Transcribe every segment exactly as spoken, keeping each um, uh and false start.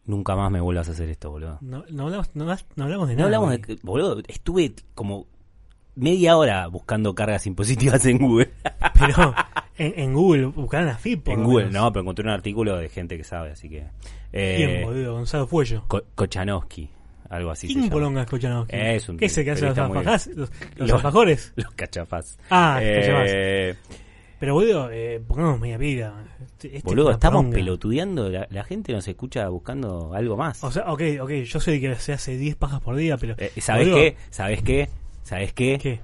Nunca más me vuelvas a hacer esto, boludo. No, no, hablamos, no, no hablamos de No nada. hablamos güey. de... Boludo, estuve como media hora buscando cargas impositivas en Google. Pero en, en Google buscaron a F I P. por En lo Google, menos. no, pero encontré un artículo de gente que sabe, así que... Eh, ¿Quién, boludo? Gonzalo Fuello. Ko- Kochanowski, algo así se ¿Quién llama. Polonga Kochanowski? Es un ¿Qué es el que hace los periodista muy alfajás? ¿Los, los Lo- alfajores? Los cachafás. Ah, eh, Pero, boludo, eh, pongamos media pila. Este, este Boludo, es una estamos poronga. pelotudeando, la, la gente nos escucha buscando algo más. O sea, ok, ok, yo sé que se hace diez pajas por día, pero... Eh, ¿Sabés boludo, qué? ¿Sabés qué? ¿Sabés qué? ¿Qué?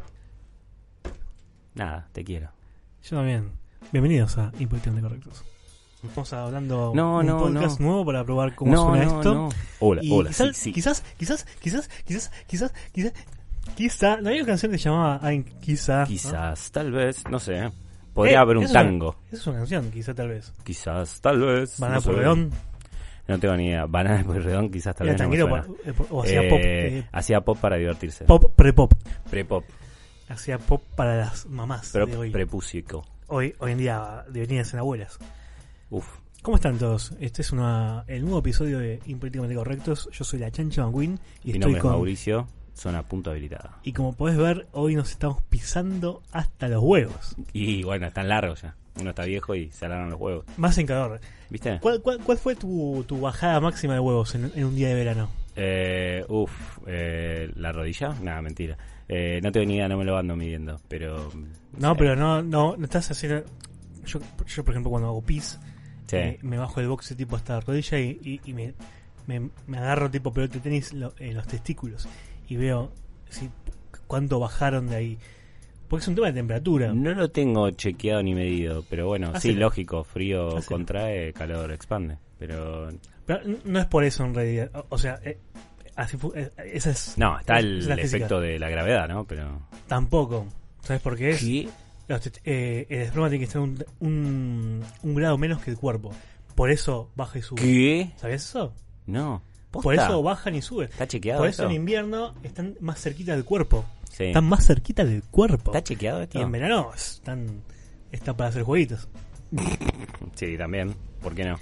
Nada, te quiero. Yo también. Bienvenidos a Impolitamente Correctos. Estamos hablando No, un no, podcast no. nuevo para probar cómo No, suena no, esto. no. Hola, Y hola, quizás, sí, sí. quizás, quizás, quizás, quizás, quizás, quizás, quizá, no había una canción que se llamaba Ay, quizá, ¿no? Quizás, tal vez, no sé. Podría Eh, haber un es una- tango. Esa es una canción, quizá tal vez. Quizás, tal vez. Banana no sé. Pueyrredón. No tengo ni idea. Banana de Pueyrredón, quizás tal Era vez no me tanguero suena. pa- eh, po- o hacía Eh, pop, eh, Hacía pop para divertirse. pop, pre-pop. Pre-pop. Hacía pop para las mamás Pero de hoy. prepúsico. hoy. Hoy en día deberían ser abuelas. Uf. ¿Cómo están todos? Este es una, el nuevo episodio de Impolíticamente Correctos. Yo soy la Chancha McQueen y Mi estoy nombre con... es Mauricio. Zona punto habilitada. Y como podés ver, hoy nos estamos pisando hasta los huevos. Y bueno, están largos ya. Uno está viejo y se alargan los huevos. Más en calor. ¿Viste? ¿Cuál, cuál, cuál fue tu, tu bajada máxima de huevos en, en un día de verano? Eh, uf, eh, ¿la rodilla? Nada, mentira. Eh, no tengo ni idea, no me lo ando midiendo, pero... No, sé. pero no, no, no estás haciendo... Yo, yo, por ejemplo, cuando hago pis, Sí. eh, me bajo el boxe tipo hasta la rodilla y, y, y me, me, me agarro tipo pelota de tenis lo- en los testículos y veo si, cuánto bajaron de ahí. Porque es un tema de temperatura. No lo tengo chequeado ni medido, pero bueno, sí, Hacelo. lógico, frío Hacelo. contrae, calor expande, pero... Pero no es por eso en realidad. O, o sea, eh, así fu- eh, esa es... No, está es- el, es la física. efecto de la gravedad, ¿no? Pero... Tampoco. ¿Sabes por qué es? ¿Qué? Los tet- eh, el esperma tiene que estar un, un, un grado menos que el cuerpo. Por eso baja y sube. ¿Qué? ¿Sabías eso? No. ¿Posta? Por eso bajan y suben. ¿Está chequeado Por eso esto? en invierno están más cerquita del cuerpo. Sí. Están más cerquita del cuerpo. ¿Está chequeado esto? Y en verano están está para hacer jueguitos. Sí, también. ¿Por qué no?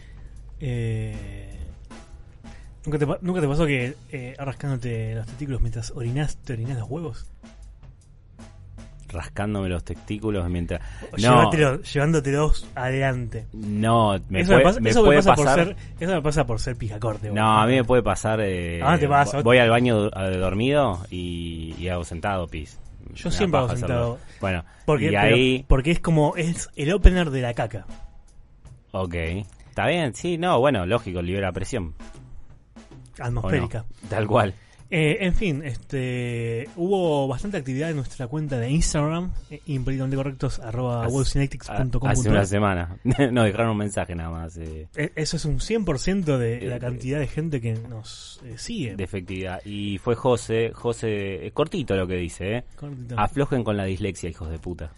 Eh, ¿nunca, te, pa- ¿Nunca te pasó que eh, rascándote los testículos mientras orinás, te orinás los huevos? Rascándome los testículos mientras... O No, llevátelo- llevándotelos adelante. no, me eso puede, me pasa, me eso me puede pasa pasar... por ser, eso me pasa por ser pijacorte. No, a mí me puede pasar... Eh, Ah, te pasa. Voy al baño eh, dormido y, y hago sentado pis. Yo Me da siempre hago paja sentado. hacerlo. Bueno, Porque, y pero- ahí... porque es como es el opener de la caca. Ok. ¿Está bien? Sí, no, bueno, lógico, libera presión. ¿O Atmosférica. no? Tal cual. Eh, en fin, este hubo bastante actividad en nuestra cuenta de Instagram, eh, impolíticamente correctos, arroba Hace- webcinetics punto com Hace punto una ar. semana. Nos dejaron un mensaje nada más eh, Eh, Eso es un cien por ciento de la Eh, cantidad de gente que nos eh, sigue. de efectividad. Y fue José, José, eh, cortito lo que dice, ¿eh? Cortito. Aflojen con la dislexia, hijos de puta.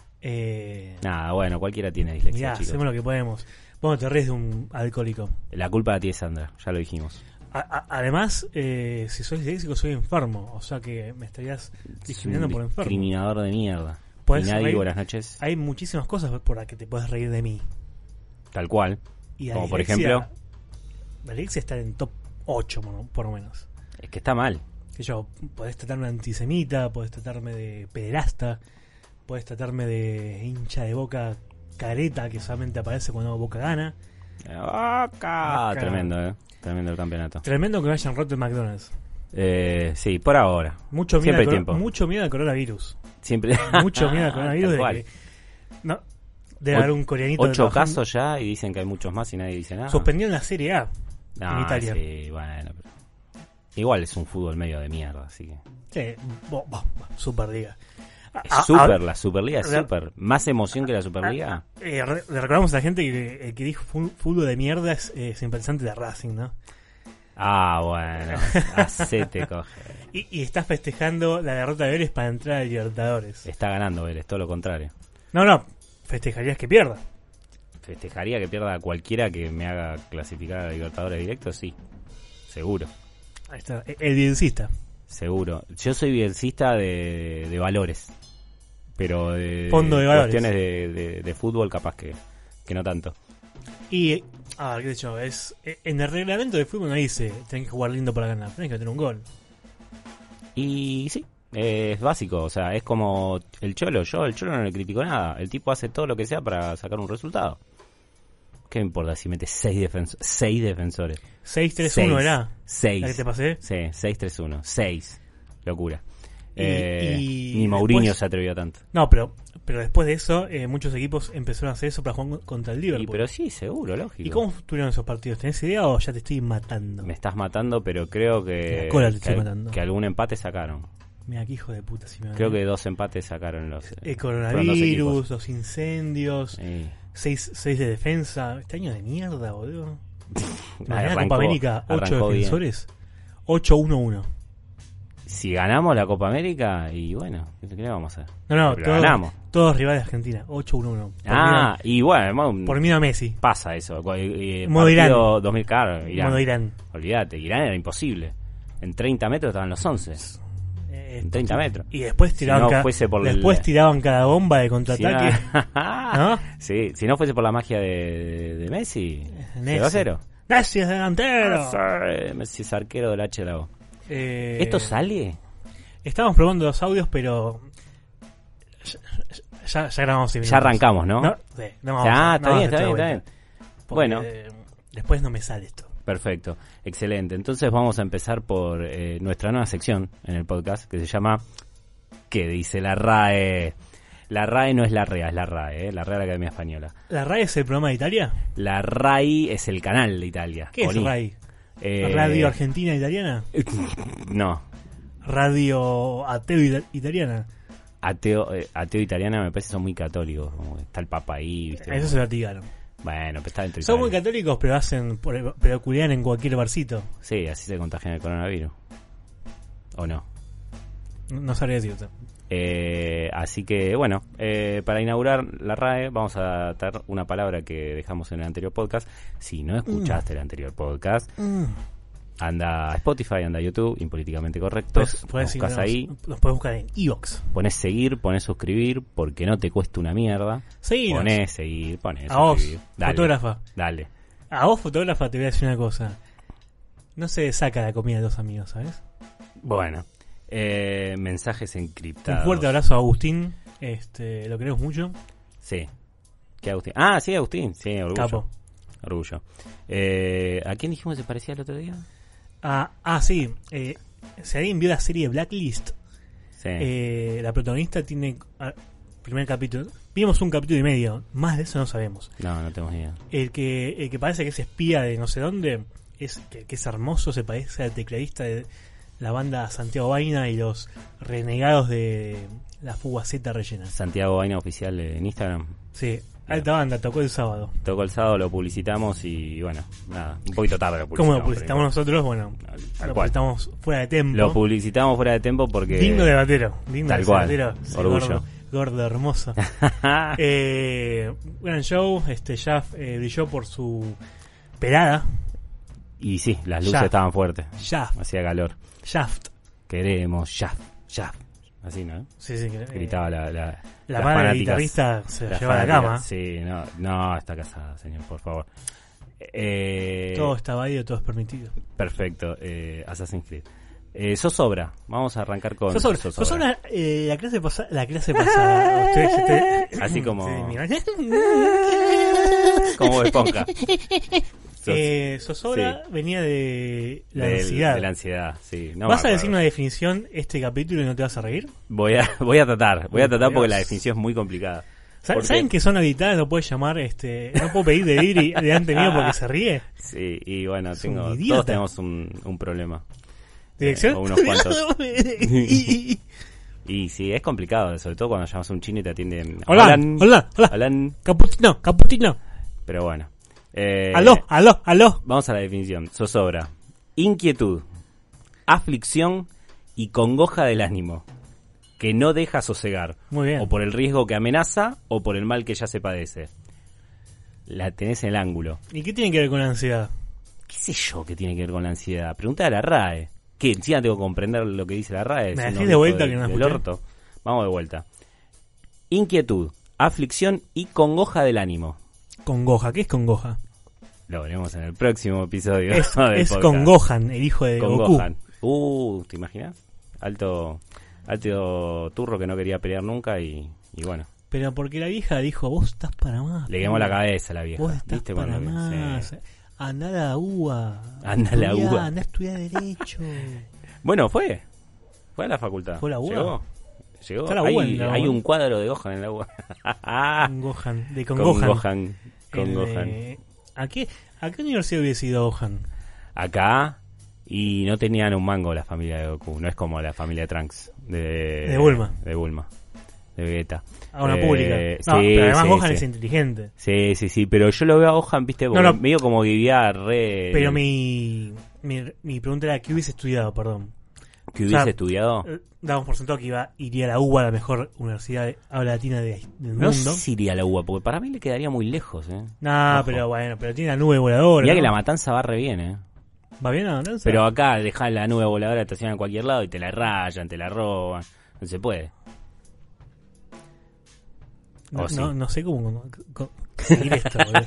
Eh, Nada, bueno, cualquiera tiene dislexia, mirá, chicos. hacemos lo que podemos. Vos no te ríes de un alcohólico. La culpa de ti es Sandra, ya lo dijimos. A- a- además, eh, si soy disléxico, soy enfermo. O sea que me estarías discriminando Es un por enfermo. discriminador de mierda. Y Podés nadie, reír- buenas noches. Hay muchísimas cosas por las que te puedes reír de mí. Tal cual. Y la Como por dislexia- ejemplo, La dislexia está en top ocho, por- por lo menos. es que está mal. Que yo, podés tratarme de antisemita, podés tratarme de pederasta, podés tratarme de hincha de Boca careta que solamente aparece cuando Boca gana. Boca. Boca. Tremendo, eh. Tremendo el campeonato. Tremendo que me hayan roto el McDonald's. Eh, sí, por ahora. Mucho miedo, Siempre al hay coro- tiempo. mucho miedo al coronavirus. Siempre. Mucho miedo al coronavirus. Tal De cual. que, no, debe haber un coreanito Ocho trabajando. casos ya y dicen que hay muchos más y nadie dice nada. Suspendieron la Serie A No, en Italia. sí, bueno, pero... Igual es un fútbol medio de mierda, así que... Sí, bo- bo- bo- Superliga. Es Ah, super, ah, la Superliga es re- super. Más emoción que la Superliga. eh, re- le recordamos a la gente que el que dijo fu- fútbol de mierda es eh, simpatizante de Racing, ¿no? Ah, bueno, hacete coge. Y, y está festejando la derrota de Vélez para entrar a Libertadores. Está ganando Vélez, todo lo contrario. No, no, festejarías que pierda. ¿Festejaría que pierda a cualquiera que me haga clasificar a Libertadores directo? Sí, seguro, Ahí está, el biencista. seguro. Yo soy bielcista de, de valores, pero de, Fondo de valores. cuestiones de, de, de fútbol capaz que, que no tanto. Y, a ver, qué sé yo, es, en el reglamento de fútbol no dice tenés que jugar lindo para ganar, tenés que meter un gol. Y sí, eh, es básico, o sea, es como el Cholo. Yo al Cholo no le critico nada. El tipo hace todo lo que sea para sacar un resultado. ¿Qué me importa si mete seis, defens- seis defensores? seis tres uno era. seis. ¿La que te pasé? Sí, seis tres uno. seis. Locura. Y, Eh, y ni Mourinho después, se atrevió a tanto. No, pero pero después de eso, eh, muchos equipos empezaron a hacer eso para jugar contra el Y, Liverpool. pero sí, seguro, lógico. ¿Y cómo tuvieron esos partidos? ¿Tenés idea o ya te estoy matando? Me estás matando, pero creo que, La cola te estoy que, matando. que algún empate sacaron. Mira, qué hijo de puta. Si me Creo que dos empates sacaron los. El fueron dos coronavirus, equipos. los incendios, Sí. seis, seis de defensa. Este año de mierda, boludo. Mañana Arrancó- Copa América, ocho arrancó bien. defensores. ocho uno uno. Si ganamos la Copa América, y bueno, ¿qué le vamos a hacer? No, no, Pero todos, ganamos. todos rivales de Argentina. ocho uno uno. Por Ah, y bueno, miedo- por miedo a Messi. pasa eso. Y- y Modo partido dos mil, claro, Irán. Modo Irán. Olvídate, Irán era imposible. En treinta metros estaban los once. Eh, En treinta metros. Y después Si tiraban, no ca- fuese por después el- tiraban cada bomba de Si contraataque. no, ¿No? sí, si no fuese por la magia de, de Messi, Messi. cero a cero. Gracias, delantero. Messi es arquero del H de la O. Eh, ¿Esto sale? Estamos probando los audios, pero ya, ya, ya grabamos seis Ya minutos. arrancamos, ¿no? No, sí, no vamos Ah, a- está no bien, vamos a está bien, hacer está bien. vuelta. Porque, Bueno. eh, después no me sale esto. Perfecto, excelente. Entonces vamos a empezar por eh, nuestra nueva sección en el podcast que se llama ¿Qué dice la RAE? La RAE no es la REA, es la RAE, ¿eh? La Real Academia Española. ¿La RAI es el programa de Italia? La RAI es el canal de Italia. ¿Qué Con es I. RAI? Eh, ¿Radio Argentina Italiana? No, ¿Radio Ateo ita- Italiana? ateo, eh, ateo italiana me parece que son muy católicos. Como que está el Papa ahí, ¿viste? Eso se lo atigaron. Bueno, pero está dentro de Son muy Italia. católicos, pero hacen por- pero culian en cualquier barcito. Sí, así se contagian el coronavirus. ¿O no? No, no sabría decirte. Eh, así que, bueno, eh, para inaugurar la RAE vamos a traer una palabra que dejamos en el anterior podcast. Si no escuchaste el anterior podcast, Mm. anda a Spotify, anda a YouTube, Impolíticamente Correctos, Puedes- puedes nos buscas seguirnos- ahí, Nos puedes buscar en iVoox. pones seguir, pones suscribir, porque no te cuesta una mierda. Seguinos. Pones seguir, pones A vos, suscribir. Dale, fotógrafa. dale. A vos, fotógrafa, te voy a decir una cosa. No se saca la comida de dos amigos, ¿sabes? Bueno, eh, mensajes encriptados. Un fuerte abrazo a Agustín. Este, lo queremos mucho. Sí. ¿Qué Agustín? Ah, sí, Agustín. Sí, orgullo. Capo. Orgullo. Eh, ¿A quién dijimos que se parecía el otro día? Ah, ah sí. Eh, si alguien vio la serie Blacklist, Sí. eh, la protagonista tiene... ah, primer capítulo. Vimos un capítulo y medio. Más de eso no sabemos. No, no tengo ni idea. El que, el que parece que es espía de no sé dónde, es que, que es hermoso, se parece al tecladista de la banda Santiago Vaina y los renegados de la Fugaceta rellena. Santiago Vaina Oficial en Instagram. Sí, alta banda, tocó el sábado. Tocó el sábado, lo publicitamos y bueno, nada, un poquito tarde lo ¿Cómo publicitamos. lo publicitamos pero nosotros? Bueno, igual. lo Tal cual. publicitamos fuera de tiempo. Lo publicitamos fuera de tiempo porque... Digno de batero. Digno Tal de cual. batero. Sí, Orgullo. Gordo, gordo hermoso. eh, gran show. Este Jaff eh, brilló por su pelada. Y sí, las luces Ya. estaban fuertes. Shaft. Hacía calor. Shaft. Queremos, Shaft, Shaft. Así, ¿no? Sí, sí. que- Gritaba la... La, La las madre del fanáticas. guitarrista se la Las lleva a la fanáticas. cama. Sí, no, no, está casada, señor, por favor. Eh, Todo está válido, todo es permitido. Perfecto, eh, Assassin's Creed. Eh, Zozobra, vamos a arrancar con Zozobra, Zozobra. Zozobra, eh, la clase pasada, la clase pasada, ustedes, ustedes- Así como- ustedes miran. Como esponja. eh, Zozobra Sí. venía de la de, ansiedad. de la ansiedad, sí. No ¿Vas me a decir acuerdo. una definición este capítulo y no te vas a reír? Voy a, voy a tratar, voy a Uy, tratar porque Dios. la definición es muy complicada. ¿Saben, Porque- ¿saben que son editadas? No puedes llamar, este, no puedo pedir de ir y- delante mío porque se ríe. Sí, y bueno, Es un tengo, idiota. todos tenemos un, un problema. ¿Dirección? Eh, o unos cuantos. Y sí, es complicado, sobre todo cuando llamas a un chino y te atienden. Hola, Holan, hola, hola. Holan, Caputino, caputino. pero bueno. Eh, Aló, aló, aló. Vamos a la definición. Zozobra. Inquietud, aflicción y congoja del ánimo, que no deja sosegar, Muy bien. o por el riesgo que amenaza o por el mal que ya se padece. La tenés en el ángulo. ¿Y qué tiene que ver con la ansiedad? ¿Qué sé yo qué tiene que ver con la ansiedad? Pregunta a la RAE. ¿Qué? Encima tengo que comprender lo que dice la RAE. ¿Me Es un decís de hijo vuelta que no del escuché? orto. Vamos de vuelta. Inquietud, aflicción y congoja del ánimo. Congoja, ¿qué es congoja? Lo veremos en el próximo episodio. Es, del es podcast. con Gohan, el hijo de Con Goku. Gohan. Uh, ¿te imaginas? Alto, alto turro que no quería pelear nunca y, y bueno. Pero porque la vieja dijo, vos estás para más. Le quemó la cabeza a la vieja. Vos estás ¿Viste para cuando- más. sí. Andá a la U A. Andá a la Estudiá, U A. Andá a estudiar Derecho. Bueno, fue. Fue a la facultad. ¿Fue a la U A? Llegó. Llegó. Está la hay, U A en la U A. hay un cuadro de Gohan en la U A. Con Gohan. De con, con Gohan. Gohan. Con El, Gohan. eh, ¿a, qué, ¿A qué universidad hubiese ido Gohan? Acá. Y no tenían un mango la familia de Goku. No es como la familia Trunks. De, De Bulma. De Bulma. De Vegeta. A una Eh, pública. sí, No, pero además sí, Gohan sí. es inteligente. Sí, sí, sí. Pero yo lo veo a Gohan, viste, No, no. medio como que vivía re. Pero mi, mi, mi pregunta era, ¿qué hubiese estudiado? Perdón. Que hubiese o sea, estudiado. Eh, Damos por sentado que iba, iría a la U A, la mejor universidad de habla latina de- del No mundo. sé si iría a la U A, porque para mí le quedaría muy lejos, ¿eh? No, Ojo. pero bueno, pero tiene la nube voladora. Mirá ¿no? que la matanza va re bien, ¿eh? ¿Va bien la matanza? Pero acá dejás la nube voladora, estacionan en cualquier lado y te la rayan, te la roban. No se puede. No, ¿O sí? no, no sé cómo, cómo- cómo seguir esto. boludo.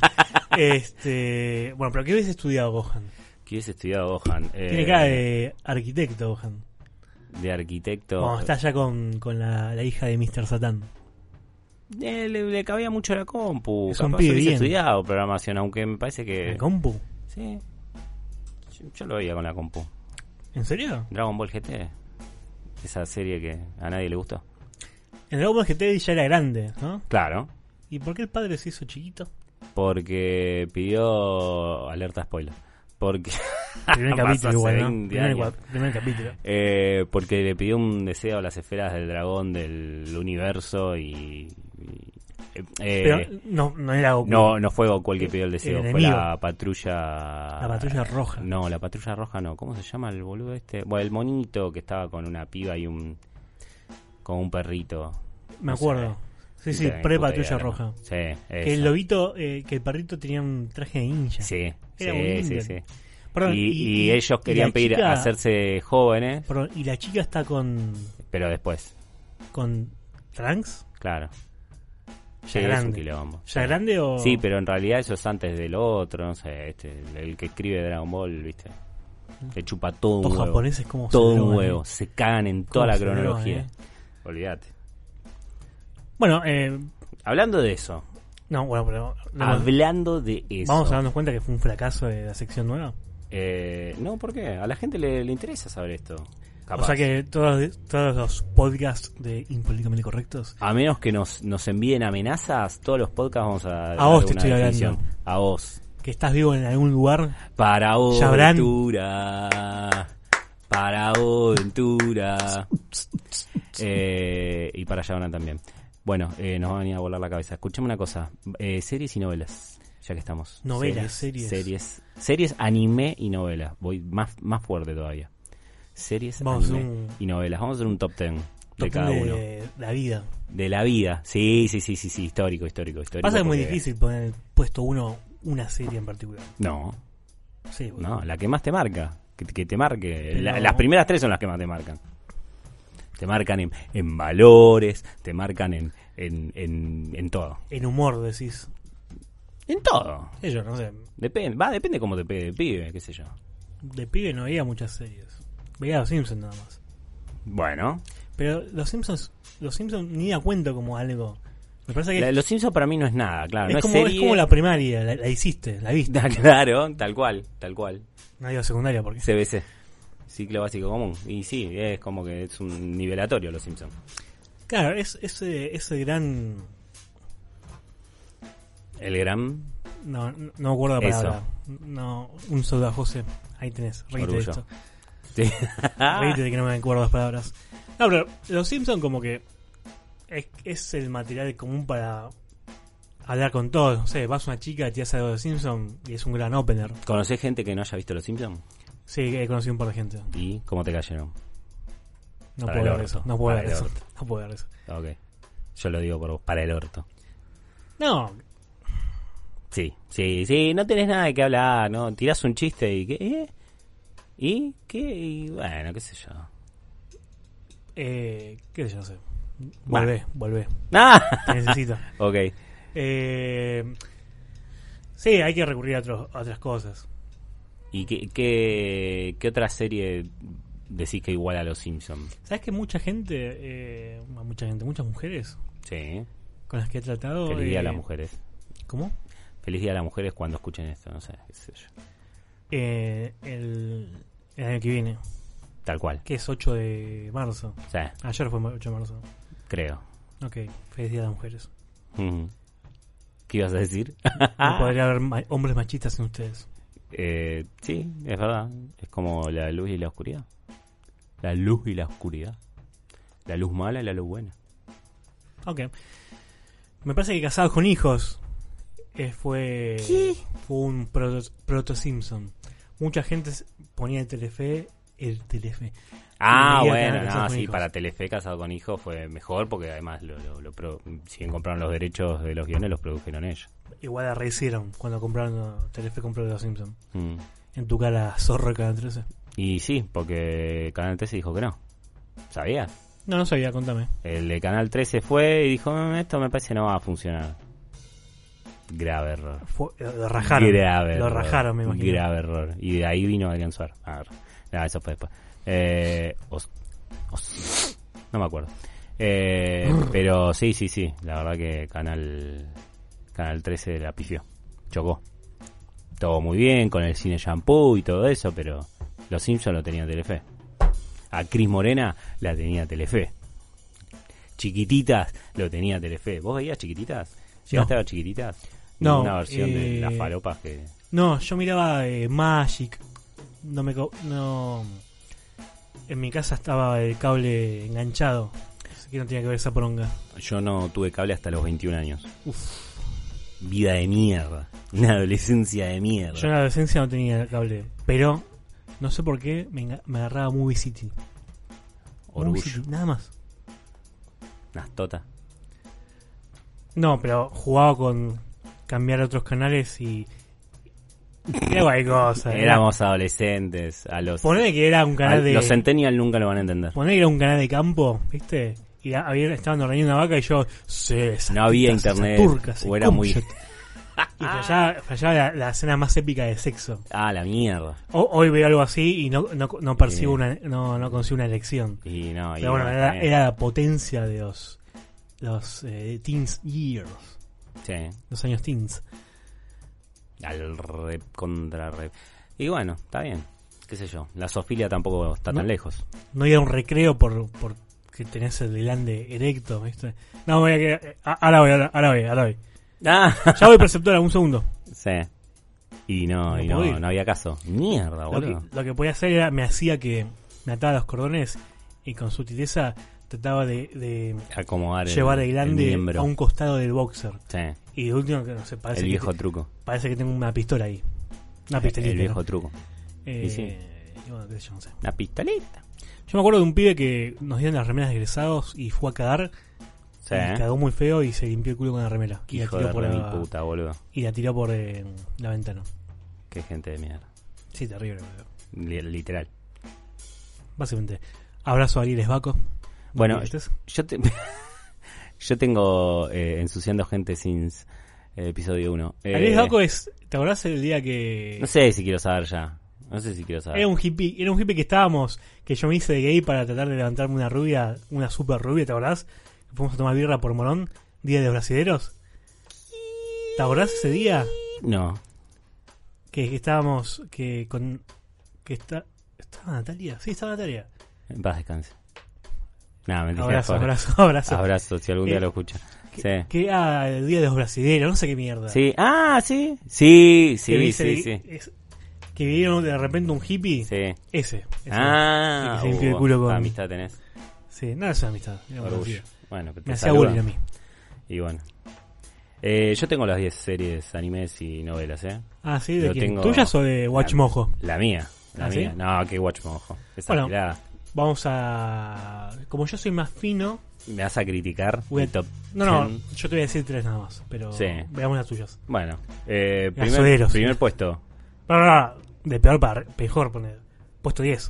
este, bueno, pero ¿qué hubiese estudiado Gohan? ¿Qué hubiese estudiado Gohan? Eh, Tiene cara de arquitecto Gohan. de arquitecto. Cuando está ya con, con la, la hija de mister Satan. Eh, le, le cabía mucho la compu. Es un Capaz pibe hubiese bien. estudiado programación, aunque me parece que... ¿La compu? Sí. Yo, yo lo veía con la compu. ¿En serio? Dragon Ball G T. Esa serie que a nadie le gustó. En Dragon Ball G T ya era grande, ¿no? Claro. ¿Y por qué el padre se hizo chiquito? Porque pidió alerta spoiler. Porque Primer Pasó capítulo hace igual, ¿no? veinte Primer, años. cua- primer capítulo. eh, porque le pidió un deseo a las esferas del dragón del universo y, y- eh, Pero no, no era Goku. no no fue Goku el que pidió el deseo, el fue enemigo. la patrulla La patrulla roja. No, la patrulla roja no. ¿Cómo se llama el boludo este? Bueno, el monito que estaba con una piba y un con un perrito. Me No acuerdo. Sí, sí, Ni puta pre-patrulla idea, roja. ¿no? Sí, Que el esa. lobito, eh, que el perrito tenía un traje de ninja. Sí, Era sí, muy sí, lindo. sí. Perdón, y, y ellos querían la pedir chica- hacerse jóvenes, perdón, y la chica está con pero después, con Trunks, claro. ya Sí, es un grande. quilombo. ¿Ya Sí. grande o...? Sí, pero en realidad eso es antes del otro, no sé, este, el, el que escribe Dragon Ball, ¿viste? Le chupa todo un Los huevo. japoneses como Todo se un drogan, huevo. eh. Se cagan en Cómo toda la se drogan, cronología. eh. Olvídate. Bueno, eh, Hablando de eso. no, bueno, pero... no, Hablando de eso. vamos a darnos cuenta que fue un fracaso de la sección nueva. Eh, no, ¿por qué? A la gente le, le interesa saber esto. Capaz. O sea que todos, todos los podcasts de Impolíticamente Correctos... A menos que nos, nos envíen amenazas, todos los podcasts vamos a... A vos dar te una estoy definición. hablando. A vos. Que estás vivo en algún lugar. Para Ya habrán. Aventura. Para Aventura. Eh, y para Yabrán también. Bueno, eh, nos va a venir a volar la cabeza. Escuchame una cosa. Eh, series y novelas. Ya que estamos. Novelas, series. Series, series, anime y novelas. Voy más, más fuerte todavía. Series, Vamos a anime hacer un- y novelas. Vamos a hacer un top ten de Top cada de uno. la vida. De la vida. Sí, sí, sí, sí, sí. Histórico, histórico, histórico. Pasa que es muy porque- difícil poner en el puesto uno una serie en particular. No, Sí, boludo. no, la que más te marca. Que, que te marque. Pero- La- las primeras tres son las que más te marcan. Te marcan en, en valores, te marcan en, en, en, en todo. En humor, decís. En todo. Ellos, no sé. Depende, va, depende cómo te pegue de pibe, qué sé yo. De pibe no veía muchas series. Veía Los Simpsons nada más. Bueno, Pero Los Simpsons, Los Simpsons ni da cuenta como algo. Me parece que la- Los Simpsons para mí no es nada, claro. es, no como, es es serie. como la primaria, la, la hiciste, la viste. Claro, tal cual, tal cual. No digo secundaria porque. C B C. Ciclo básico común. Y sí, es como que es un nivelatorio Los Simpsons. Claro, es ese, ese gran. El gran No, no no me acuerdo la Eso. palabra. No, un saludo a José. Ahí tenés, reíte de Orgullo. esto. Sí. Reíte de que no me acuerdo las palabras. No, pero Los Simpsons como que es, es el material común para hablar con todos. No sé, vas a una chica, te hace algo de Los Simpsons y es un gran opener. ¿Conocés gente que no haya visto Los Simpsons? Sí, he conocido un par de gente. ¿Y cómo te cayeron? No Para puedo el hablar de orto, eso. No puedo para hablar de el eso. No puedo hablar de eso. Ok. Yo lo digo por vos, para el orto. No, Sí, sí, sí, no tenés nada de qué hablar, ¿no? Tirás un chiste y ¿qué? ¿Eh? ¿Y qué? Y bueno, qué sé yo. eh, qué sé yo, no sé. Bueno. Volvé, volvé. ¡Ah! Te necesito. Ok. Eh, Sí, hay que recurrir a, otros, a otras cosas. ¿Y qué, qué, qué otra serie decís que igual a Los Simpsons? ¿Sabes que mucha gente, eh, mucha gente, muchas mujeres Sí. con las que he tratado... Feliz día eh, a las mujeres. ¿Cómo? Feliz día a las mujeres cuando escuchen esto, no sé, qué sé yo. Eh, el, el año que viene, Tal cual. que es ocho de marzo. O sea, Ayer fue ocho de marzo. creo. Ok, feliz día a las mujeres. Ujú. ¿Qué ibas a decir? No podría haber ma- hombres machistas sin ustedes. Eh, sí, es verdad. Es como la luz y la oscuridad. La luz y la oscuridad. La luz mala y la luz buena. Ok. Me parece que Casados con Hijos eh, fue, fue un proto, proto Simpson. Mucha gente s- ponía el Telefe, el Telefe. Ah, Y veía bueno, Casados no, con sí, Hijos. para Telefe Casado con Hijo fue mejor porque además lo, lo, lo pro- si bien compraron los derechos de los guiones, los produjeron ellos. Igual la rehicieron cuando compraron Telefe, compró Los Simpson. Mm. En tu cara, zorro de Canal trece. Y sí, porque Canal trece dijo que no. ¿Sabías? No, no sabía, contame. El de Canal trece fue y dijo, "Mm, esto me parece que no va a funcionar". Grave error. Fue, lo rajaron. Grave Lo error. rajaron, me imagino. Grave error. Y de ahí vino Adrián Suárez. A ver. Ah, eso fue después. Eh, os- os- no me acuerdo. Eh, pero sí, sí, sí. La verdad que Canal Canal trece la pifió. Chocó. Todo muy bien con el cine shampoo y todo eso, pero Los Simpsons lo tenía Telefe. A Cris Morena la tenía Telefe. Chiquititas lo tenía Telefe. ¿Vos veías Chiquititas? ¿Llegaste No. a ver Chiquititas? No, Una versión de eh, las falopas que... No, yo miraba eh, Magic. No me... co- no. En mi casa estaba el cable enganchado. Así que no tenía que ver esa poronga. Yo no tuve cable hasta los veintiún años. Vida de mierda. Una adolescencia de mierda. Yo en la adolescencia no tenía cable. Pero no sé por qué me, enga- me agarraba Movie City. Movie Orgullo. City, nada más. Nastota. No, pero jugaba con cambiar otros canales y... Era cualquier cosa. era- Éramos adolescentes. A los, Ponele que era un a canal de... los Centennial nunca lo van a entender. Ponele que era un canal de campo, ¿viste? Y a- había, estaban ordeñando una vaca y yo... Sí, esas No había tetas, esas internet, turcas, o era ¿cómo muy- yo te- Y fallaba, fallaba la, la escena más épica de sexo. Ah, la mierda. O- hoy veo algo así y no, no, no percibo Sí. una... No, no consigo una elección. Y no, y Pero bueno, no, era, está bien. era la potencia de los... Los eh, teens years. Sí. Los años teens. Al rep contra rep. Y bueno, está bien. Qué sé yo. La zoofilia tampoco está No. tan lejos. No ir a un recreo por, por que tenés el glande erecto, ¿viste? No, voy a que... a- Ahora voy, ahora, ahora voy, ahora voy. Ah, Ya voy, preceptora, un segundo. sí. Y no, No y puedo no, ir. no había caso. Mierda, Lo que, boludo. lo que podía hacer era, me hacía que me ataba los cordones y con sutileza trataba de, de Acomodar llevar el el glande miembro. a un costado del boxer. Sí. Y de último, que no sé, parece, El que, viejo te- truco. parece que tengo una pistola ahí. Una pistolita. El viejo ¿no? truco. Eh, y sí. y bueno, qué sé yo, no sé. Una pistolita. Yo me acuerdo de un pibe que nos dieron las remeras de egresados y fue a cagar. Sí. Y cagó muy feo y se limpió el culo con la remera. Y la Hijo tiró de por re la, mi puta, boludo. y la tiró por eh, la ventana. Qué gente de mierda. Sí, terrible, boludo. Li- Literal. Básicamente. Abrazo a Ariel Esbaco. Bueno, ¿Viste? yo te... yo tengo eh, Ensuciando Gente Since eh, episodio uno. Eh, Ariel Esbaco es... ¿Te acordás el día que... No sé si quiero saber ya. No sé si quiero saber. Era un hippie, era un hippie que estábamos, que yo me hice de gay para tratar de levantarme una rubia, una super rubia, ¿te acordás? Que fuimos a tomar birra por Morón, día de los brasileros. ¿Te acordás ese día? No. Que, que estábamos, que con... que está... ¿Estaba Natalia? Sí, estaba Natalia. En paz descanse. Nada, mentira. Abrazo, pobre. abrazo, abrazo. Abrazo, si algún Eh, día lo escucha. Que, Sí. que era el día de los brasileros, no sé qué mierda. Sí. Ah, sí. Sí, Que sí, viste- sí, sí. es- que vieron de repente un hippie. Sí. Ese. ese. Ah, que se limpió el uh, culo con... amistad tenés. Sí, no es una amistad. Era Orgullo. conocido. Bueno, que te Me hacía saluda. bullying a mí. Y bueno. Eh, yo tengo las diez series, animes y novelas, ¿eh? Ah, sí, ¿de Yo quién? tengo- ¿Tuyas o de Watch La- Mojo? La mía. La ¿Ah, mía. sí? No, que Watch Mojo. Esa Bueno. girada. Vamos a... Como yo soy más fino... Me vas a criticar. voy a- mi top No, no, ten. yo te voy a decir tres nada más. Pero Sí. veamos las tuyas. Bueno, eh, primer, Gasoleros. primer puesto. No, no, no, de peor para mejor poner. Puesto diez.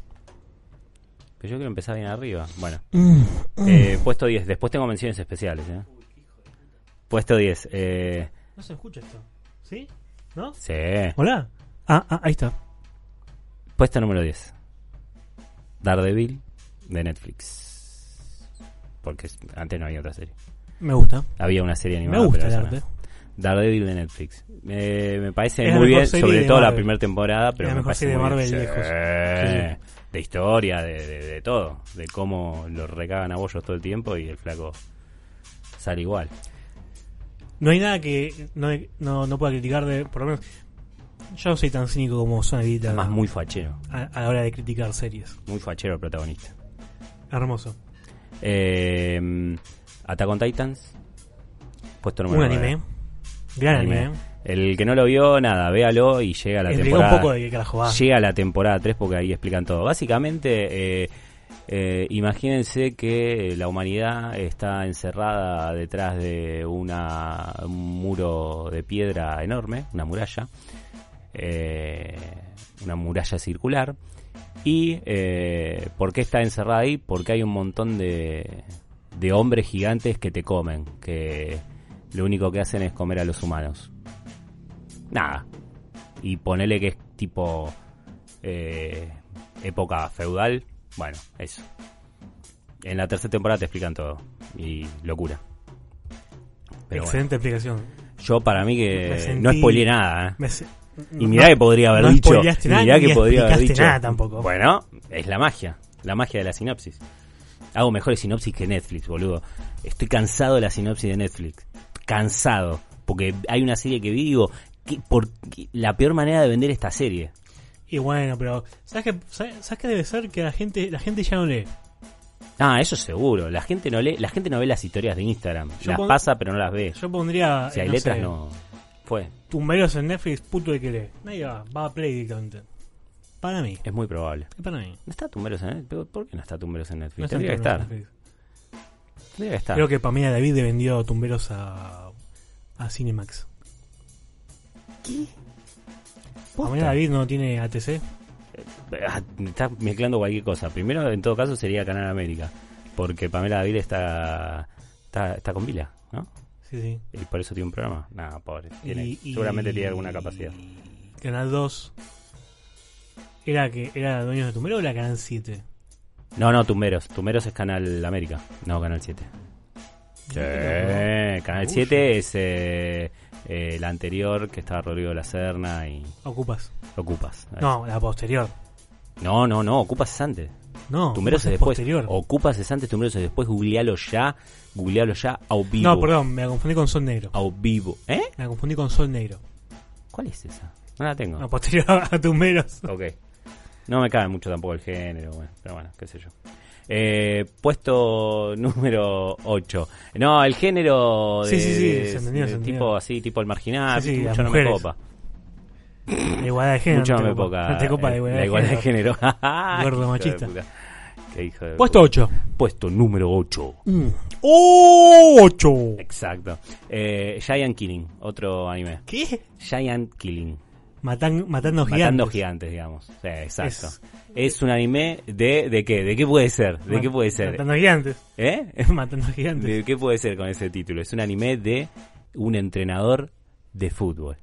Pero yo quiero empezar bien arriba. Bueno, Mm. eh, puesto diez. Después tengo menciones especiales, ¿eh? Puesto diez. Eh, No se escucha esto. ¿Sí? ¿No? Sí. ¿Hola? Ah, ah, ahí está. Puesto número diez. Daredevil de Netflix. Porque antes no había otra serie. Me gusta. Había una serie animada. Me gusta pero el esa arte. no. Daredevil de Netflix. Eh, me parece Es la muy mejor bien, serie sobre de todo la Marvel. primera temporada, pero Es la me mejor parece serie de muy Marvel bien. lejos. Sí. Sí, De historia, de, de, de todo. De cómo lo recagan a bollos todo el tiempo y el flaco sale igual. No hay nada que no, no, no pueda criticar de... Por lo menos... Yo no soy tan cínico como son Evita Más muy fachero. a, a la hora de criticar series. Muy fachero el protagonista. Hermoso. Eh, Attack on Titans. Puesto número Un nueve. anime. Gran anime. Anime. El que no lo vio, nada, véalo y llega a la Explica temporada. un poco de qué carajo va. Llega a la temporada tres porque ahí explican todo. Básicamente, eh, eh, imagínense que la humanidad está encerrada detrás de una, un muro de piedra enorme, una muralla, eh, una muralla circular. ¿Y eh, por qué está encerrada ahí? Porque hay un montón de, de hombres gigantes que te comen, que lo único que hacen es comer a los humanos. Nada. Y ponele que es tipo eh, época feudal. Bueno, eso. En la tercera temporada te explican todo. Y locura. Pero Excelente bueno. explicación. Yo para mí Me que sentí- no spoileé nada. ¿eh? Me se- Y mirá que podría haber no dicho. spoileaste nada, Mirá ni que podría haber explicaste dicho. nada tampoco. Bueno, es la magia. La magia de la sinopsis. Hago mejores sinopsis que Netflix, boludo. Estoy cansado de la sinopsis de Netflix. Cansado. Porque hay una serie que vi y digo, ¿qué, por qué? La peor manera de vender esta serie. Y bueno, pero ¿sabes qué, sabes, sabes qué debe ser? Que la gente la gente ya no lee. Ah, eso seguro. La gente no lee, la gente no ve las historias de Instagram. Yo las pon- pasa, pero no las ve. Yo pondría... Si hay no letras, sé, no. Fue. Tumberos en Netflix, puto de que lee. Nadie va, va a play directamente. Para mí. Es muy probable. Es para mí. ¿No está Tumberos en Netflix? ¿Por qué no está Tumberos en Netflix? No Tendría que está en estar. Netflix. Tendría que estar. Creo que Pamela David le vendió Tumberos a, a Cinemax. ¿Qué? Pamela David no tiene A T C. Ah, estás mezclando cualquier cosa. Primero, en todo caso, sería Canal América. Porque Pamela David está, está, está con Vila, ¿no? Sí, sí. Y por eso tiene un programa. Nada, pobre. Tiene, Y- y- seguramente tiene alguna capacidad. Canal dos. ¿Era que era dueños de Tumbero o era Canal siete? No, no, Tumberos. Tumberos es Canal América. No, Canal siete. Sí, Canal siete es eh, eh, el anterior que estaba Rodrigo de la Serna y Ocupas. Ocupas. No, la posterior. No, no, no, Ocupas es antes. No, Tumberos Ocupas es después. posterior. Ocupas es antes, Tumberos es después. Googlealo ya. Googlealo ya. Au vivo. No, perdón, me la confundí con Sol Negro. Au vivo. ¿Eh? Me la confundí con Sol Negro. ¿Cuál es esa? No la tengo. No, posterior a Tumberos. Ok. No me cabe mucho tampoco el género, bueno, pero bueno, qué sé yo. Eh, puesto número ocho. No, el género de, Sí, sí, sí, de- se entendió, de se entendió. tipo así, tipo el marginal, Sí, sí, mucho las no me mujeres. copa. La igualdad de género. Mucho no te me copa. copa. No te copa la eh, igualdad, la igualdad de de género. género. Gordo Hijo de machista. puta. Qué hijo de Puesto puta. ocho. Puesto número ocho. Mm. ocho. Exacto. Eh, Giant Killing, otro anime. ¿Qué? Giant Killing. Matan, matando gigantes. Matando gigantes, digamos. Sí, exacto. Es- Es, un anime de ¿de qué? ¿De qué puede ser? ¿De Ma- qué puede ser? Matando gigantes. ¿Eh? Matando gigantes. ¿De qué puede ser con ese título? Es un anime de un entrenador de fútbol.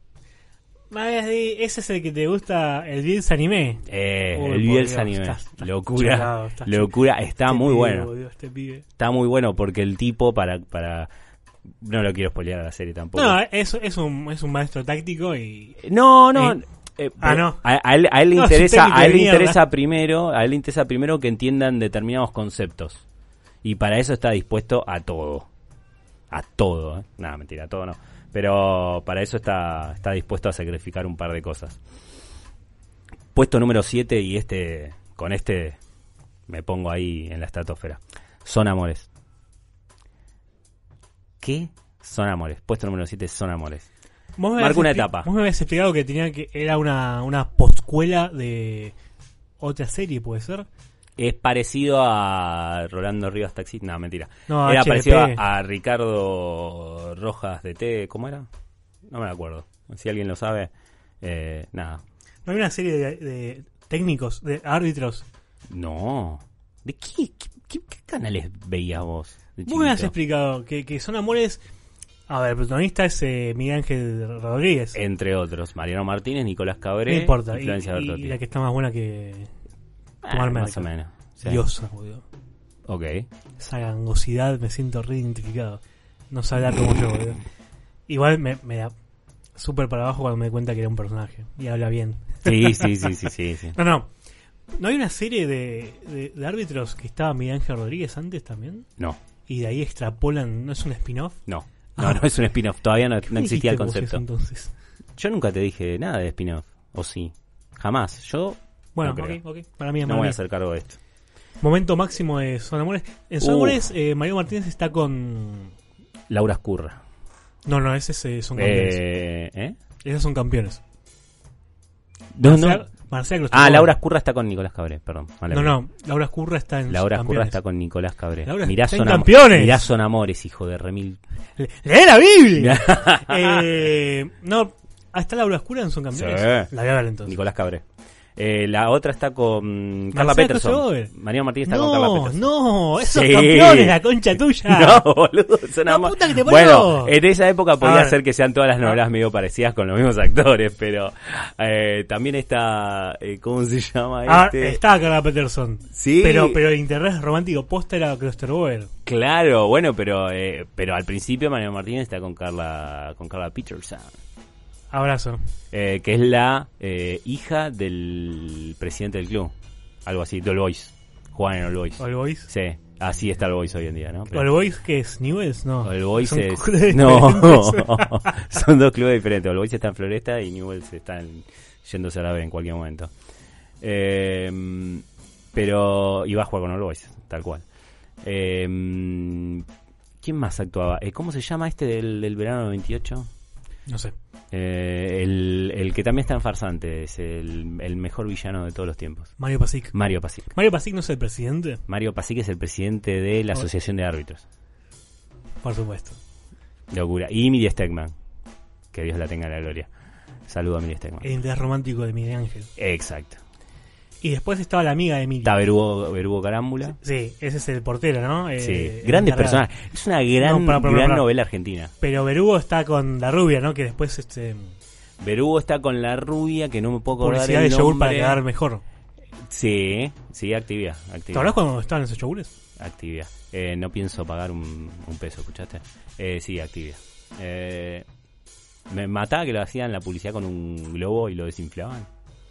Madre, ese es el que te gusta, el Bills anime. Eh, Uy, el por Bielsa Dios, anime. estás- estás locura. chorado, estás locura. Está Este muy pibe, bueno. por Dios, este pibe. Está muy bueno porque el tipo para... para no lo quiero spoilear a la serie tampoco. No, es, es, un, es un maestro táctico y... No, no. Eh, eh, ah, no. A, a él, a él le No, es un interesa, técnico a él de le mierda. interesa primero, a él le interesa primero que entiendan determinados conceptos. Y para eso está dispuesto a todo. A todo, ¿eh? Nada, mentira, a todo no. Pero para eso está, está dispuesto a sacrificar un par de cosas. Puesto número siete, y este, con este me pongo ahí en la estratosfera. Son amores. ¿Qué? Son amores. Puesto número siete, son amores. Vos me Marca habías una expli- etapa. Vos me habías explicado que tenía que era una, una postcuela de otra serie, ¿puede ser? Es parecido a Rolando Rivas Taxi. No, mentira. No, Era H D P. parecido a, a Ricardo Rojas de T. ¿Cómo era? No me acuerdo. Si alguien lo sabe, eh, nada. ¿No hay una serie de, de técnicos, de árbitros? No. ¿De qué, qué, qué- qué canales veías vos? De Vos me has chiquito? explicado que, que Son Amores A ver, el protagonista es eh, Miguel Ángel Rodríguez. Entre otros, Mariano Martínez, Nicolás Cabré, no importa. y Florencia y, Bertotti. y la que está más buena que Ah, Tomar más Merca. o menos. Sí. Diosa, boludo. Ok. Esa gangosidad me siento re identificado. No sabe hablar como yo, boludo. Igual me, me da súper para abajo cuando me di cuenta que era un personaje. Y habla bien. Sí, sí, sí, sí, sí, sí. No, no. ¿No hay una serie de, de, de árbitros que estaba Miguel Ángel Rodríguez antes también? No, Y de ahí extrapolan, ¿no es un spin-off? no. No, Ah. no es un spin-off. Todavía no, no ¿Qué existía el dijiste vos concepto. eso, entonces? Yo nunca te dije nada de spin-off. ¿O sí? Jamás. Yo Bueno, no creo. ok, ok. Para mí, No para voy mí. a hacer cargo de esto. Momento máximo de Son Amores. En Son Uh. Amores, eh, Mario Martínez está con... Laura Escurra. No, no, ese es, eh, son campeones. Eh, ¿eh? Esos son campeones. No, Marcela- no. Marcela Ah, Closterboer. Laura Escurra está con Nicolás Cabré, perdón. mala No, mía. no, Laura Escurra está en Laura Escurra Campeones. está con Nicolás Cabré. Laura Mirá está en son, am- Campeones. mirá son amores, hijo de remil. Le- ¡Lee la Biblia! eh, no, ¿está Laura Escurra en Son Campeones? Sí. La voy a ver entonces. Nicolás Cabré. Eh, la otra está con Carla Marcela Peterson. Closterboer. María Martínez está con Carla No, Peterson. no, esos Sí. campeones, la concha tuya. No, boludo, son La amores. puta que te parió. Bueno, en esa época A podía ver. ser que sean todas las novelas medio parecidas con los mismos actores, pero eh, también está, eh, ¿cómo se llama Ah, este? está Carla Peterson. Sí. Pero, pero el interés romántico posta era Closterboer. Claro, bueno, pero eh, pero al principio María Martínez está con Carla con Carla Peterson, Abrazo. eh, que es la eh, hija del presidente del club, algo así, de All Boys, juegan en All Boys. All Boys. Sí, así está All Boys hoy en día, ¿no? Pero All Boys, ¿qué es? ¿Newells? No. All Boys Son es clubes no, diferentes. son dos clubes diferentes. All Boys está en Floresta y Newell's está en, yéndose a la B en cualquier momento. Eh, pero iba a jugar con All Boys, tal cual. Eh, ¿Quién más actuaba? Eh, ¿Cómo se llama este del, del verano del veintiocho? No sé. Eh, el, el que también está en Farsante, es el, el mejor villano de todos los tiempos. Mario Pasic. Mario Pasic. ¿Mario Pasic no es el presidente? Mario Pasic es el presidente de la Oh. Asociación de Árbitros. Por supuesto. Locura. Y Miri Stegman. Que Dios la tenga en la gloria. Saludo a Miri Stegman. El interés romántico de Miguel Ángel. Exacto. Y después estaba la amiga de Emilia. Está Berugo, Berugo Carámbula. Sí, ese es el portero, ¿no? Eh, Sí, grandes encargado. personajes. Es una gran, No, para, para, gran para. novela argentina. Pero Berugo está con la rubia, ¿no? Que después este Berugo está con la rubia, que no me puedo acordar publicidad el de yogur para nombre. quedar mejor. Sí, sí, actividad. ¿Te actividad. acordás cuando estaban esos yogures? Actividad. Eh, no pienso pagar un, un peso, ¿escuchaste? Eh, sí, actividad. Eh, me mataba que lo hacían la publicidad con un globo y lo desinflaban.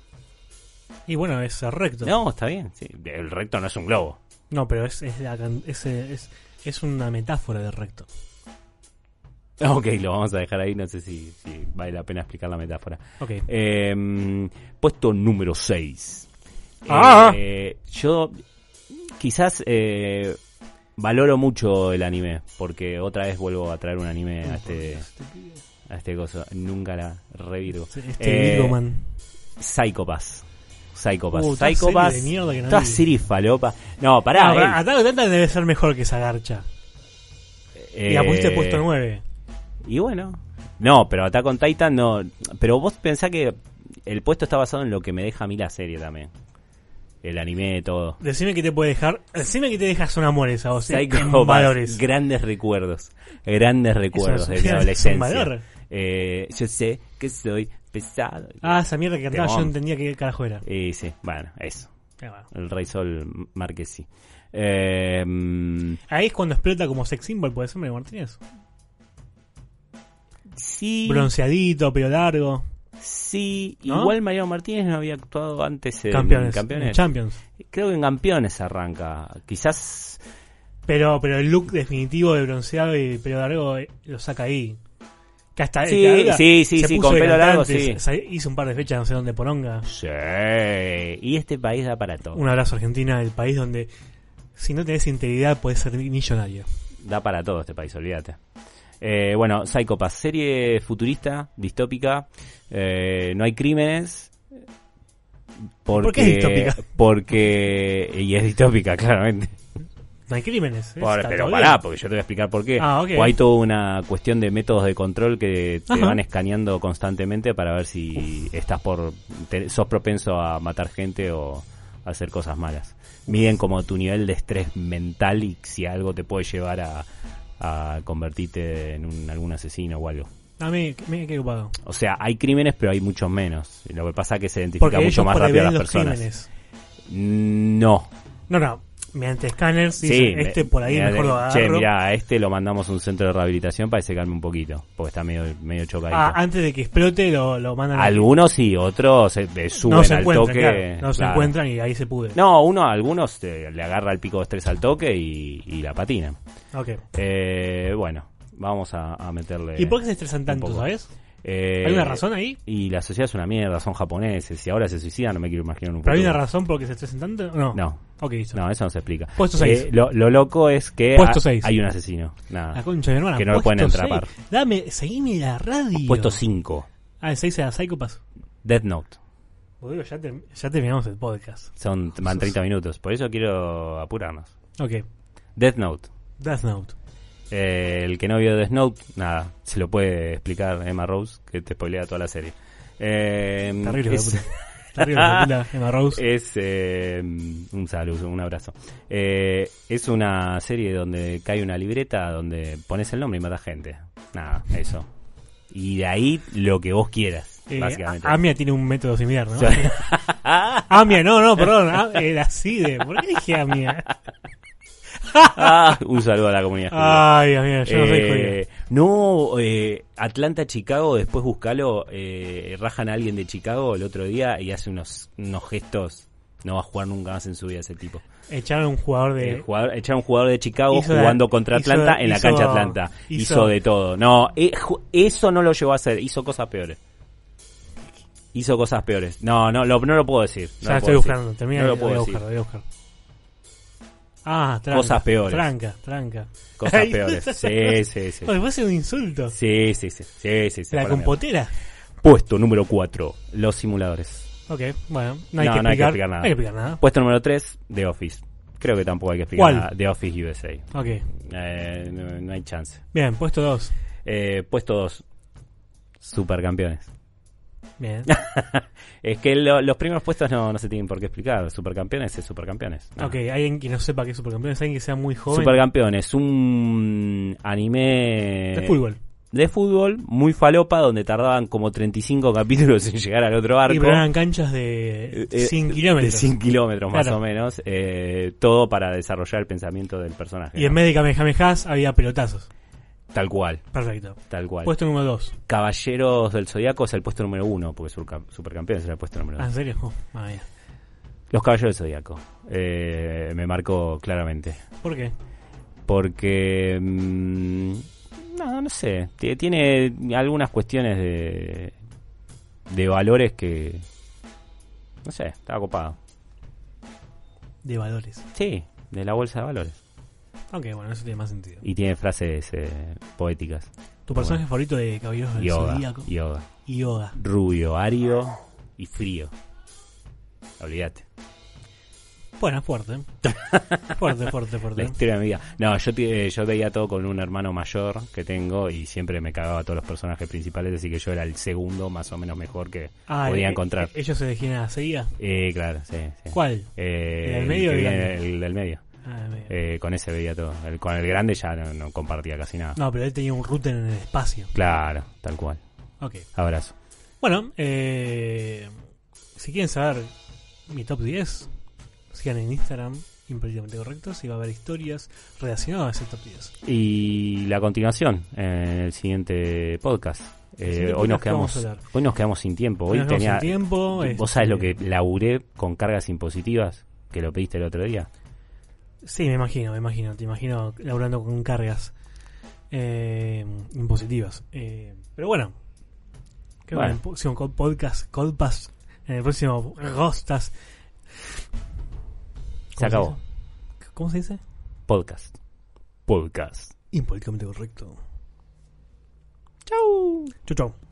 Y bueno, es recto. No, está bien. Sí. El recto no es un globo. No, pero es es, la can- es, es, es una metáfora de recto. Ok, lo vamos a dejar ahí. No sé si, si vale la pena explicar la metáfora. Ok. Eh, puesto número seis. Ah. Eh, yo quizás eh, valoro mucho el anime, porque otra vez vuelvo a traer un anime a este, a este coso. Nunca la revirgo. Este Eh, Virgo Man. Psycho Pass. Psycho Pass. Uh, toda Psycho serie Pass. de mierda que no Toda vi. serie falopa. No, pará. No, eh. pará, Attack on Titan debe ser mejor que esa garcha. Eh, Y la pusiste puesto nueve. Y bueno. No, pero Attack on Titan no. Pero vos pensás que el puesto está basado en lo que me deja a mí la serie también. El anime, todo. Decime que te puede dejar. Decime que te dejas son amores a vos. en Psycho Pass, valores. grandes recuerdos. Grandes recuerdos Eso de es- mi es un adolescencia. valor. Eh, yo sé que soy pesado. Ah, esa mierda que cantaba, yo Temón. no entendía qué carajo era. Y sí, bueno, eso. Ah, bueno. El Rey Sol Marquesi. Eh, mm, Ahí es cuando explota como sex symbol, puede ser Mario Martínez. sí. Bronceadito, pelo largo. Sí, ¿No? igual Mariano Martínez no había actuado antes en Campeones. Campeones. Champions. Creo que en Campeones arranca. Quizás. Pero, pero el look definitivo de bronceado y pelo largo eh, lo saca ahí. Que hasta Sí, que ahora sí, sí, se sí, puso con de pelo largo, cantante, sí. sa- Hizo un par de fechas, no sé dónde, poronga. Sí. Y este país da para todo. Un abrazo a Argentina, el país donde si no tenés integridad podés ser millonario. Da para todo este país, olvídate. Eh, bueno, Psycho Pass, serie futurista, distópica. Eh, no hay crímenes. Porque, ¿Por qué es distópica? Porque. Y es distópica, claramente. No hay crímenes. ¿eh? Por- Está pero todo pará, bien. porque yo te voy a explicar por qué. Ah, ok. O hay toda una cuestión de métodos de control que te Ajá. van escaneando constantemente para ver si estás por te- sos propenso a matar gente o a hacer cosas malas. Miden como tu nivel de estrés mental y si algo te puede llevar a, a convertirte en un, algún asesino o algo. A mí me quedé ocupado. O sea, hay crímenes, pero hay muchos menos. Lo que pasa es que se identifica Porque mucho más rápido a las los personas. Crímenes. No. No, no. Mediante escáner, Sí, dicen, este por ahí mira, mejor lo agarro. Che, mirá, a este lo mandamos a un centro de rehabilitación para que se calme un poquito, porque está medio, medio chocadito. Ah, antes de que explote lo, lo mandan. Algunos sí, otros se, eh, suben no se al encuentran, toque. claro. No se Claro. encuentran y ahí se pudre. No, uno, algunos eh, le agarra el pico de estrés al toque y, y la patinan. Ok. Eh, bueno, vamos a, a meterle. ¿Y por qué se estresan tanto, poco. sabes? Eh, ¿Hay una razón ahí? Y la sociedad es una mierda, son japoneses. Si ahora se suicidan, no me quiero imaginar un ¿Pero hay futuro. una razón por qué se estresan tanto? No. No. Ok, listo. No, eso no se explica. Puesto seis. Eh, lo, lo loco es que Puesto ha- seis. hay un asesino. Nada. La concha de mi hermana. Que no lo pueden Puesto entrapar. seis. Dame, seguime la radio. Puesto cinco. Ah, el seis era Psycho Pass. Death Note. Boludo, ya, ter- ya terminamos el podcast. Son, van treinta minutos. Por eso quiero apurarnos. Ok. Death Note. Death Note. Eh, el que no vio Death Note, nada, se lo puede explicar Emma Rose, que te spoilea toda la serie. Eh, Terrible, es, puta. Terrible, puta, Emma Rose. es eh, un saludo, un abrazo. Eh, es una serie donde cae una libreta donde pones el nombre y mata gente. Nada, eso. Y de ahí lo que vos quieras, Eh, básicamente. A- Amia tiene un método similar, ¿no? O sea, Amia, no, no, perdón. Ah, era así de. ¿Por qué dije Amia? ah, un saludo a la comunidad judía. Ay, Dios mío, yo no soy judío. Eh, no, eh, Atlanta, Chicago, después buscalo, eh, rajan a alguien de Chicago el otro día y hace unos, unos gestos, no va a jugar nunca más en su vida ese tipo. Echaron a un jugador de. El jugador, echaron un jugador de Chicago Hizo jugando la- contra hizo- Atlanta en la hizo- cancha Atlanta. Hizo, hizo- de todo. No, eh, ju- eso no lo llevó a hacer, hizo cosas peores. Hizo cosas peores. No, no, lo, no lo puedo decir. No Ya lo estoy puedo buscando, decir. termina No y lo lo puedo voy a decir. buscar, lo voy a buscar. Ah, tranca. Cosas peores. Tranca, tranca. Cosas Ay, peores. Sí, sí, sí. Pues fue un insulto. Sí, sí, sí. sí, sí, sí La fue la compotera. mierda. Puesto número cuatro, los simuladores. Ok, bueno, no hay, No, que, no hay que explicar, explicar nada. No hay que explicar nada. Puesto número tres, The Office. Creo que tampoco hay que explicar ¿Cuál? nada. The Office U S A. Ok, Eh, no, no hay chance. bien, puesto dos. Eh, puesto dos, Supercampeones. Bien. Es que lo- los primeros puestos no, no se tienen por qué explicar. Supercampeones es Supercampeones. No. Ok, alguien que no sepa qué es Supercampeones, alguien que sea muy joven. Supercampeones, un anime De fútbol. de fútbol muy falopa donde tardaban como treinta y cinco capítulos en llegar al otro arco. Y pero eran canchas de Eh, eh, cien kilómetros. De cien kilómetros más Claro. o menos. eh, todo para desarrollar el pensamiento del personaje. Y en ¿no? vez de Kamehamehas había pelotazos. Tal cual, Perfecto. tal cual. Puesto número dos. Caballeros del Zodíaco es el puesto número uno, porque Surca- Supercampeones era el puesto número Ah, ¿en dos. serio? Oh, madre mía. Los Caballeros del Zodíaco. Eh, me marcó claramente. ¿Por qué? Porque... mm, no, no sé. T- Tiene algunas cuestiones de... De valores que... No sé, estaba copado. De valores. Sí, de la bolsa de valores. Ok, bueno, eso tiene más sentido. Y tiene frases eh, poéticas. ¿Tu personaje Bueno. favorito de Caballeros del Yoga, Zodíaco? yoga. Yoga. Rubio, ario y frío. Olvídate. Bueno, fuerte. fuerte, fuerte, La fuerte. historia de mi vida. No, yo, te- yo veía todo con un hermano mayor que tengo y siempre me cagaba a todos los personajes principales, así que yo era el segundo más o menos mejor que Ah, podía eh, encontrar. eh, ¿Ellos se elegían a seguida? Eh, claro, sí. sí. ¿Cuál? Eh, ¿El del medio o que el viene grande? el del medio. Ah, el medio. Eh, con ese veía todo. El- con el grande ya no, no compartía casi nada. No, pero él tenía un router en el espacio. Claro, tal cual. Ok. Abrazo. Bueno, eh, si quieren saber mi top diez, sigan en Instagram, Impolíticamente Correctos, y va a haber historias relacionadas a ese top diez. Y la continuación en el siguiente podcast. Eh, siguiente hoy nos podcast, ¿qué vamos quedamos a hablar? hoy nos quedamos sin tiempo. Hoy Hoy nos quedamos tenía sin tiempo, ¿Vos este- sabés lo que laburé con cargas impositivas? Que lo pediste el otro día. Sí, me imagino, me imagino. Te imagino laburando con cargas eh, impositivas. Eh, pero bueno, creo Bueno. que en el próximo co- podcast, Codpass, en el próximo Ghostas. Se acabó. dice? ¿Cómo se dice? Podcast. Podcast. Impolíticamente Correcto. Chau. Chau, chau.